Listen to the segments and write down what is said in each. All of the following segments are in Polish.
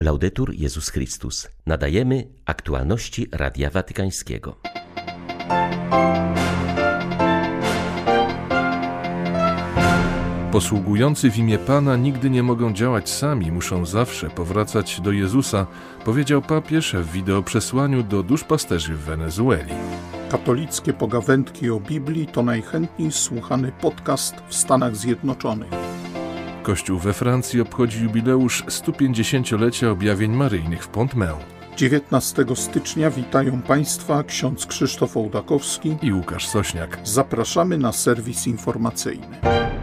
Laudetur Jezus Chrystus. Nadajemy aktualności Radia Watykańskiego. Posługujący w imię Pana nigdy nie mogą działać sami, muszą zawsze powracać do Jezusa, powiedział papież w wideoprzesłaniu do duszpasterzy w Wenezueli. Katolickie pogawędki o Biblii to najchętniej słuchany podcast w Stanach Zjednoczonych. Kościół we Francji obchodzi jubileusz 150-lecia objawień maryjnych w Pont-Meu. 19 stycznia witają Państwa ksiądz Krzysztof Ołdakowski I Łukasz Sośniak. Zapraszamy na serwis informacyjny.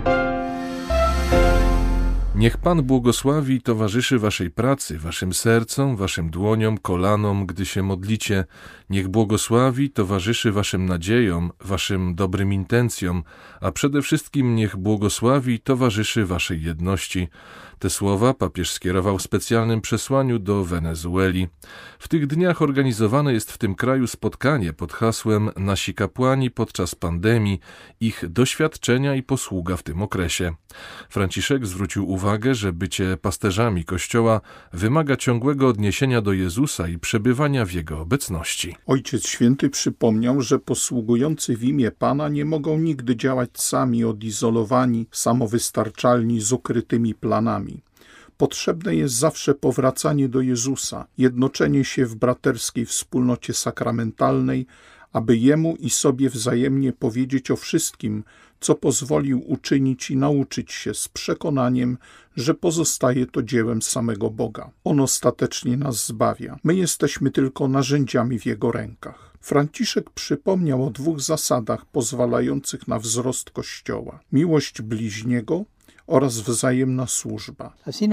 Niech Pan błogosławi i towarzyszy waszej pracy, waszym sercom, waszym dłoniom, kolanom, gdy się modlicie. Niech błogosławi, towarzyszy waszym nadziejom, waszym dobrym intencjom, a przede wszystkim niech błogosławi, towarzyszy waszej jedności. Te słowa papież skierował w specjalnym przesłaniu do Wenezueli. W tych dniach organizowane jest w tym kraju spotkanie pod hasłem Nasi kapłani podczas pandemii, ich doświadczenia i posługa w tym okresie. Franciszek zwrócił uwagę, że bycie pasterzami Kościoła wymaga ciągłego odniesienia do Jezusa i przebywania w Jego obecności. Ojciec Święty przypomniał, że posługujący w imię Pana nie mogą nigdy działać sami, odizolowani, samowystarczalni, z ukrytymi planami. Potrzebne jest zawsze powracanie do Jezusa, jednoczenie się w braterskiej wspólnocie sakramentalnej, aby Jemu i sobie wzajemnie powiedzieć o wszystkim, co pozwolił uczynić i nauczyć się z przekonaniem, że pozostaje to dziełem samego Boga. On ostatecznie nas zbawia. My jesteśmy tylko narzędziami w Jego rękach. Franciszek przypomniał o 2 zasadach pozwalających na wzrost Kościoła. Miłość bliźniego oraz wzajemna służba.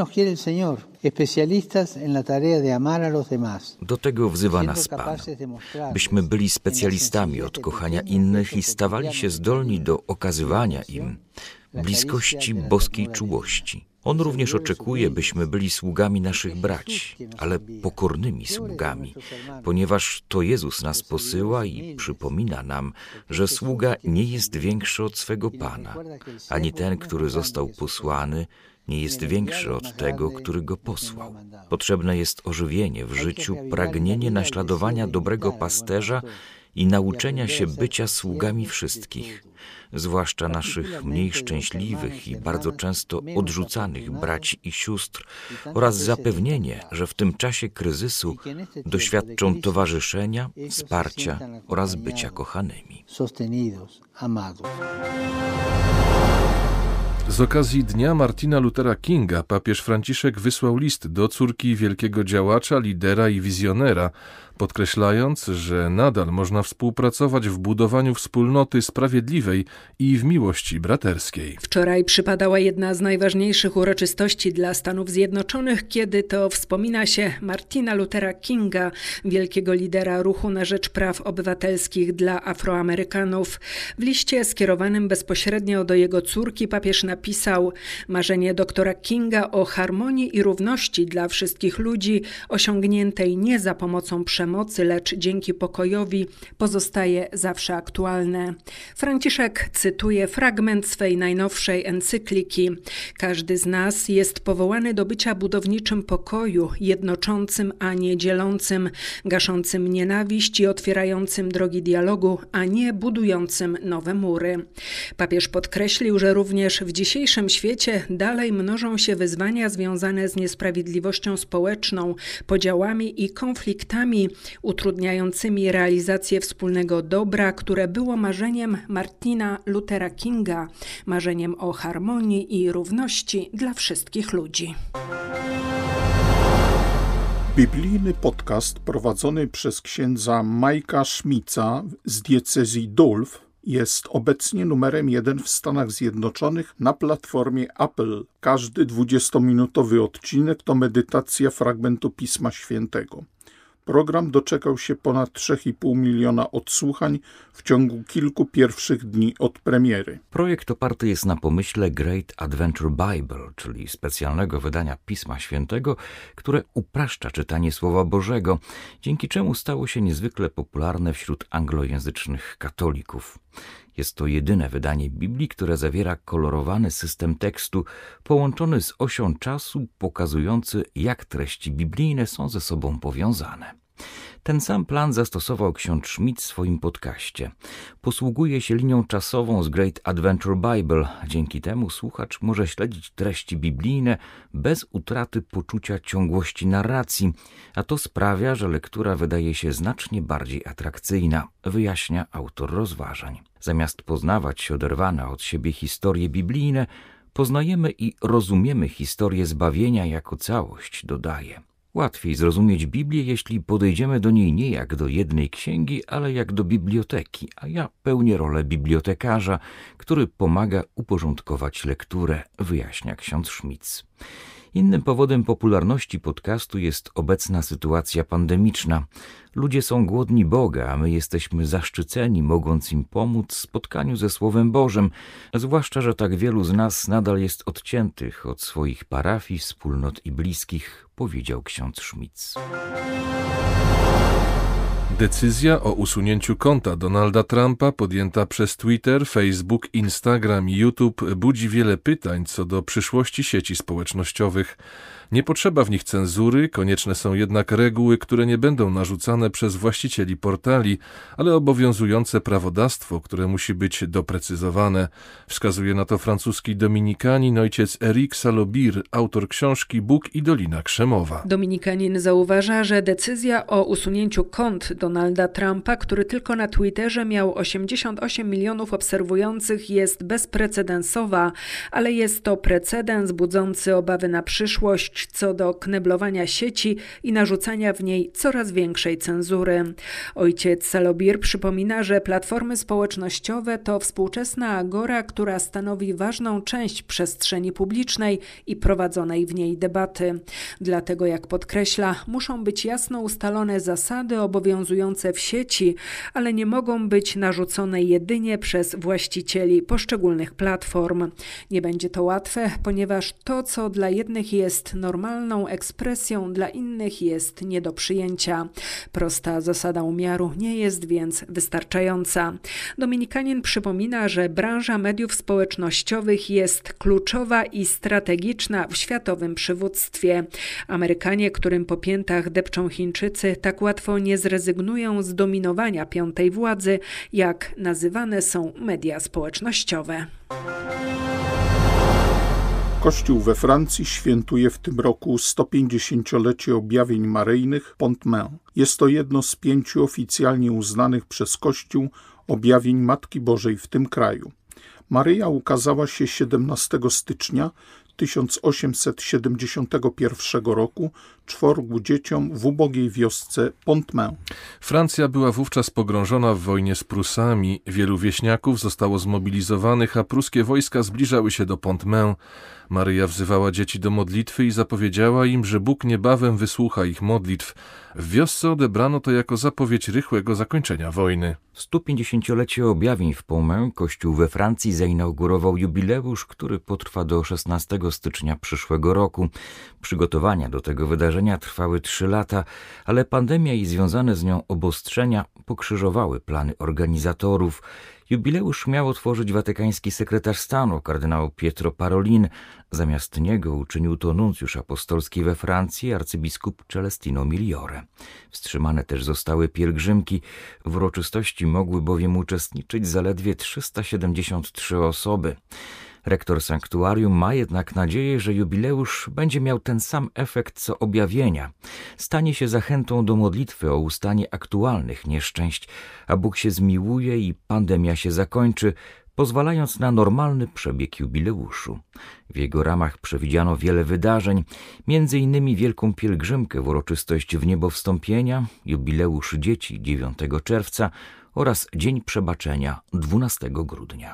Do tego wzywa nas Pan, byśmy byli specjalistami od kochania innych i stawali się zdolni do okazywania im bliskości boskiej czułości. On również oczekuje, byśmy byli sługami naszych braci, ale pokornymi sługami, ponieważ to Jezus nas posyła i przypomina nam, że sługa nie jest większy od swego Pana, ani ten, który został posłany, nie jest większy od tego, który go posłał. Potrzebne jest ożywienie w życiu, pragnienie naśladowania dobrego pasterza i nauczenia się bycia sługami wszystkich, zwłaszcza naszych mniej szczęśliwych i bardzo często odrzucanych braci i sióstr, oraz zapewnienie, że w tym czasie kryzysu doświadczą towarzyszenia, wsparcia oraz bycia kochanymi. Z okazji Dnia Martina Luthera Kinga papież Franciszek wysłał list do córki wielkiego działacza, lidera i wizjonera, podkreślając, że nadal można współpracować w budowaniu wspólnoty sprawiedliwej i w miłości braterskiej. Wczoraj przypadała jedna z najważniejszych uroczystości dla Stanów Zjednoczonych, kiedy to wspomina się Martina Luthera Kinga, wielkiego lidera ruchu na rzecz praw obywatelskich dla Afroamerykanów. W liście skierowanym bezpośrednio do jego córki papież napisał: marzenie doktora Kinga o harmonii i równości dla wszystkich ludzi, osiągniętej nie za pomocą przemocy, lecz dzięki pokojowi, pozostaje zawsze aktualne. Franciszek cytuje fragment swej najnowszej encykliki. Każdy z nas jest powołany do bycia budowniczym pokoju, jednoczącym, a nie dzielącym, gaszącym nienawiść i otwierającym drogi dialogu, a nie budującym nowe mury. Papież podkreślił, że również w dzisiejszym świecie dalej mnożą się wyzwania związane z niesprawiedliwością społeczną, podziałami i konfliktami, utrudniającymi realizację wspólnego dobra, które było marzeniem Martina Luthera Kinga, marzeniem o harmonii i równości dla wszystkich ludzi. Biblijny podcast prowadzony przez księdza Majka Schmitza z diecezji Dulw jest obecnie numerem 1 w Stanach Zjednoczonych na platformie Apple. Każdy 20-minutowy odcinek to medytacja fragmentu Pisma Świętego. Program doczekał się ponad 3,5 miliona odsłuchań w ciągu kilku pierwszych dni od premiery. Projekt oparty jest na pomyśle Great Adventure Bible, czyli specjalnego wydania Pisma Świętego, które upraszcza czytanie Słowa Bożego, dzięki czemu stało się niezwykle popularne wśród anglojęzycznych katolików. Jest to jedyne wydanie Biblii, które zawiera kolorowany system tekstu połączony z osią czasu, pokazujący, jak treści biblijne są ze sobą powiązane. Ten sam plan zastosował ksiądz Schmidt w swoim podcaście. Posługuje się linią czasową z Great Adventure Bible. Dzięki temu słuchacz może śledzić treści biblijne bez utraty poczucia ciągłości narracji, a to sprawia, że lektura wydaje się znacznie bardziej atrakcyjna, wyjaśnia autor rozważań. Zamiast poznawać oderwane od siebie historie biblijne, poznajemy i rozumiemy historię zbawienia jako całość, dodaje. Łatwiej zrozumieć Biblię, jeśli podejdziemy do niej nie jak do jednej księgi, ale jak do biblioteki, a ja pełnię rolę bibliotekarza, który pomaga uporządkować lekturę, wyjaśnia ksiądz Schmitz. Innym powodem popularności podcastu jest obecna sytuacja pandemiczna. Ludzie są głodni Boga, a my jesteśmy zaszczyceni, mogąc im pomóc w spotkaniu ze Słowem Bożym, zwłaszcza, że tak wielu z nas nadal jest odciętych od swoich parafii, wspólnot i bliskich, powiedział ksiądz Schmitz. Decyzja o usunięciu konta Donalda Trumpa podjęta przez Twitter, Facebook, Instagram i YouTube budzi wiele pytań co do przyszłości sieci społecznościowych. Nie potrzeba w nich cenzury, konieczne są jednak reguły, które nie będą narzucane przez właścicieli portali, ale obowiązujące prawodawstwo, które musi być doprecyzowane. Wskazuje na to francuski dominikanin ojciec Eric Salobir, autor książki Bóg i Dolina Krzemowa. Dominikanin zauważa, że decyzja o usunięciu kont Donalda Trumpa, który tylko na Twitterze miał 88 milionów obserwujących, jest bezprecedensowa, ale jest to precedens budzący obawy na przyszłość co do kneblowania sieci i narzucania w niej coraz większej cenzury. Ojciec Salobir przypomina, że platformy społecznościowe to współczesna agora, która stanowi ważną część przestrzeni publicznej i prowadzonej w niej debaty. Dlatego, jak podkreśla, muszą być jasno ustalone zasady obowiązujące w sieci, ale nie mogą być narzucone jedynie przez właścicieli poszczególnych platform. Nie będzie to łatwe, ponieważ to, co dla jednych jest normalną ekspresją, dla innych jest nie do przyjęcia. Prosta zasada umiaru nie jest więc wystarczająca. Dominikanin przypomina, że branża mediów społecznościowych jest kluczowa i strategiczna w światowym przywództwie. Amerykanie, którym po piętach depczą Chińczycy, tak łatwo nie zrezygnują z dominowania piątej władzy, jak nazywane są media społecznościowe. Kościół we Francji świętuje w tym roku 150-lecie objawień maryjnych Pont-Main. Jest to jedno z 5 oficjalnie uznanych przez Kościół objawień Matki Bożej w tym kraju. Maryja ukazała się 17 stycznia 1871 roku 4 dzieciom w ubogiej wiosce Pont-Main. Francja była wówczas pogrążona w wojnie z Prusami. Wielu wieśniaków zostało zmobilizowanych, a pruskie wojska zbliżały się do Pont-Main. Maryja wzywała dzieci do modlitwy i zapowiedziała im, że Bóg niebawem wysłucha ich modlitw. W wiosce odebrano to jako zapowiedź rychłego zakończenia wojny. W 150-lecie objawień w Pont-Main Kościół we Francji zainaugurował jubileusz, który potrwa do 16 stycznia przyszłego roku. Przygotowania do tego wydarzenia trwały 3 lata, ale pandemia i związane z nią obostrzenia pokrzyżowały plany organizatorów. Jubileusz miał otworzyć watykański sekretarz stanu, kardynał Pietro Parolin. Zamiast niego uczynił to nuncjusz apostolski we Francji, arcybiskup Celestino Migliore. Wstrzymane też zostały pielgrzymki. W uroczystości mogły bowiem uczestniczyć zaledwie 373 osoby. Rektor sanktuarium ma jednak nadzieję, że jubileusz będzie miał ten sam efekt co objawienia. Stanie się zachętą do modlitwy o ustanie aktualnych nieszczęść, a Bóg się zmiłuje i pandemia się zakończy, pozwalając na normalny przebieg jubileuszu. W jego ramach przewidziano wiele wydarzeń, m.in. wielką pielgrzymkę w uroczystość Wniebowstąpienia, jubileusz dzieci 9 czerwca oraz Dzień Przebaczenia 12 grudnia.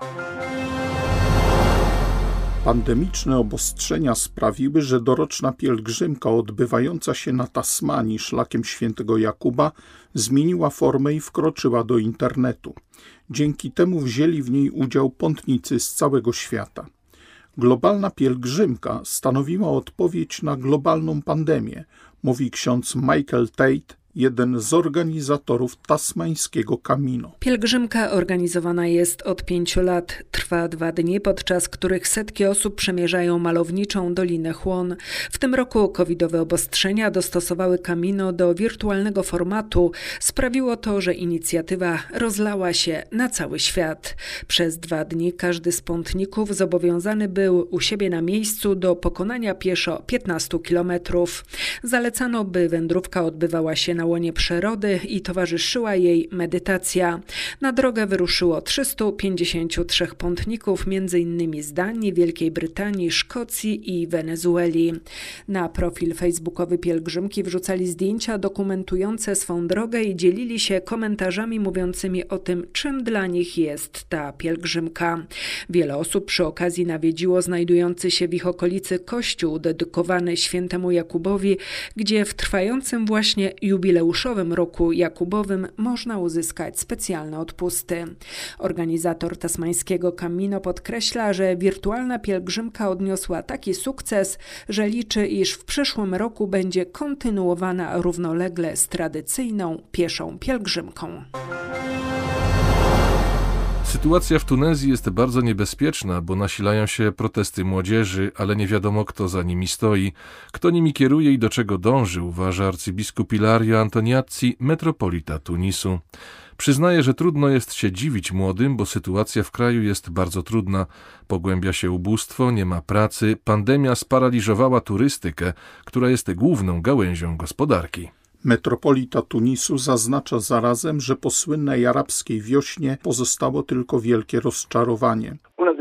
Pandemiczne obostrzenia sprawiły, że doroczna pielgrzymka odbywająca się na Tasmanii szlakiem świętego Jakuba zmieniła formę i wkroczyła do internetu. Dzięki temu wzięli w niej udział pątnicy z całego świata. Globalna pielgrzymka stanowiła odpowiedź na globalną pandemię, mówi ksiądz Michael Tate jeden z organizatorów tasmańskiego Camino. Pielgrzymka organizowana jest od 5 lat. Trwa 2 dni, podczas których setki osób przemierzają malowniczą Dolinę Chłon. W tym roku covidowe obostrzenia dostosowały Camino do wirtualnego formatu. Sprawiło to, że inicjatywa rozlała się na cały świat. Przez 2 dni każdy z pątników zobowiązany był u siebie na miejscu do pokonania pieszo 15 kilometrów. Zalecano, by wędrówka odbywała się na łonie przyrody i towarzyszyła jej medytacja. Na drogę wyruszyło 353 pątników, m.in. z Danii, Wielkiej Brytanii, Szkocji i Wenezueli. Na profil facebookowy pielgrzymki wrzucali zdjęcia dokumentujące swą drogę i dzielili się komentarzami mówiącymi o tym, czym dla nich jest ta pielgrzymka. Wiele osób przy okazji nawiedziło znajdujący się w ich okolicy kościół dedykowany świętemu Jakubowi, gdzie w trwającym właśnie jubileuszowym roku Jakubowym można uzyskać specjalne odpusty. Organizator tasmańskiego Camino podkreśla, że wirtualna pielgrzymka odniosła taki sukces, że liczy, iż w przyszłym roku będzie kontynuowana równolegle z tradycyjną pieszą pielgrzymką. Sytuacja w Tunezji jest bardzo niebezpieczna, bo nasilają się protesty młodzieży, ale nie wiadomo, kto za nimi stoi, kto nimi kieruje i do czego dąży, uważa arcybiskup Ilario Antoniazzi, metropolita Tunisu. Przyznaje, że trudno jest się dziwić młodym, bo sytuacja w kraju jest bardzo trudna. Pogłębia się ubóstwo, nie ma pracy, pandemia sparaliżowała turystykę, która jest główną gałęzią gospodarki. Metropolita Tunisu zaznacza zarazem, że po słynnej arabskiej wiośnie pozostało tylko wielkie rozczarowanie.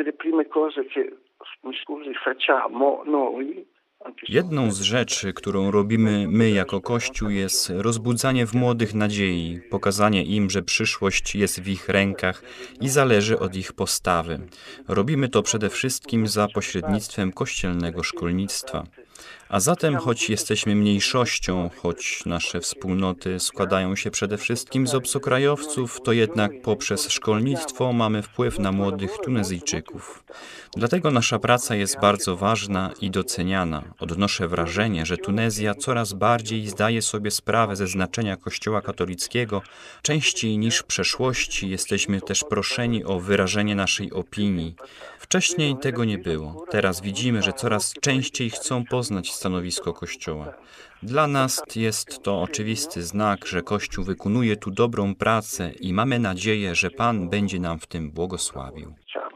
Jedną z rzeczy, którą robimy my jako Kościół, jest rozbudzanie w młodych nadziei, pokazanie im, że przyszłość jest w ich rękach i zależy od ich postawy. Robimy to przede wszystkim za pośrednictwem kościelnego szkolnictwa. A zatem, choć jesteśmy mniejszością, choć nasze wspólnoty składają się przede wszystkim z obcokrajowców, to jednak poprzez szkolnictwo mamy wpływ na młodych Tunezyjczyków. Dlatego nasza praca jest bardzo ważna i doceniana. Odnoszę wrażenie, że Tunezja coraz bardziej zdaje sobie sprawę ze znaczenia Kościoła katolickiego. Częściej niż w przeszłości jesteśmy też proszeni o wyrażenie naszej opinii. Wcześniej tego nie było. Teraz widzimy, że coraz częściej chcą poznać stanowisko Kościoła. Dla nas jest to oczywisty znak, że Kościół wykonuje tu dobrą pracę i mamy nadzieję, że Pan będzie nam w tym błogosławił.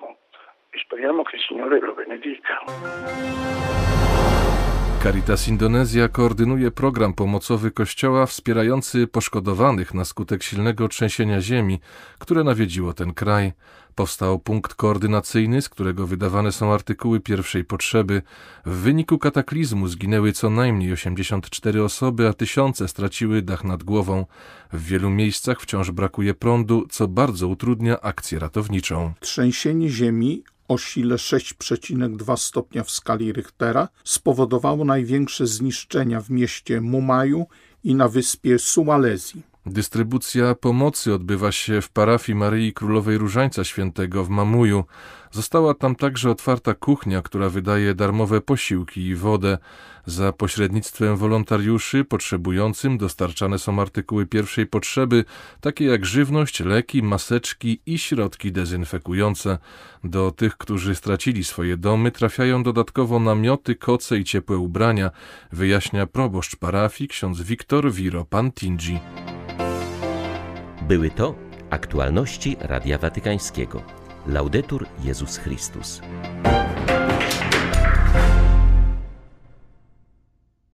Caritas Indonezja koordynuje program pomocowy Kościoła wspierający poszkodowanych na skutek silnego trzęsienia ziemi, które nawiedziło ten kraj. Powstał punkt koordynacyjny, z którego wydawane są artykuły pierwszej potrzeby. W wyniku kataklizmu zginęły co najmniej 84 osoby, a tysiące straciły dach nad głową. W wielu miejscach wciąż brakuje prądu, co bardzo utrudnia akcję ratowniczą. Trzęsienie ziemi o sile 6,2 stopnia w skali Richtera spowodowało największe zniszczenia w mieście Mumaju i na wyspie Sulawesi. Dystrybucja pomocy odbywa się w parafii Maryi Królowej Różańca Świętego w Mamuju. Została tam także otwarta kuchnia, która wydaje darmowe posiłki i wodę. Za pośrednictwem wolontariuszy potrzebującym dostarczane są artykuły pierwszej potrzeby, takie jak żywność, leki, maseczki i środki dezynfekujące. Do tych, którzy stracili swoje domy, trafiają dodatkowo namioty, koce i ciepłe ubrania, wyjaśnia proboszcz parafii ksiądz Wiktor Wiro Pantingi. Były to aktualności Radia Watykańskiego. Laudetur Jezus Chrystus.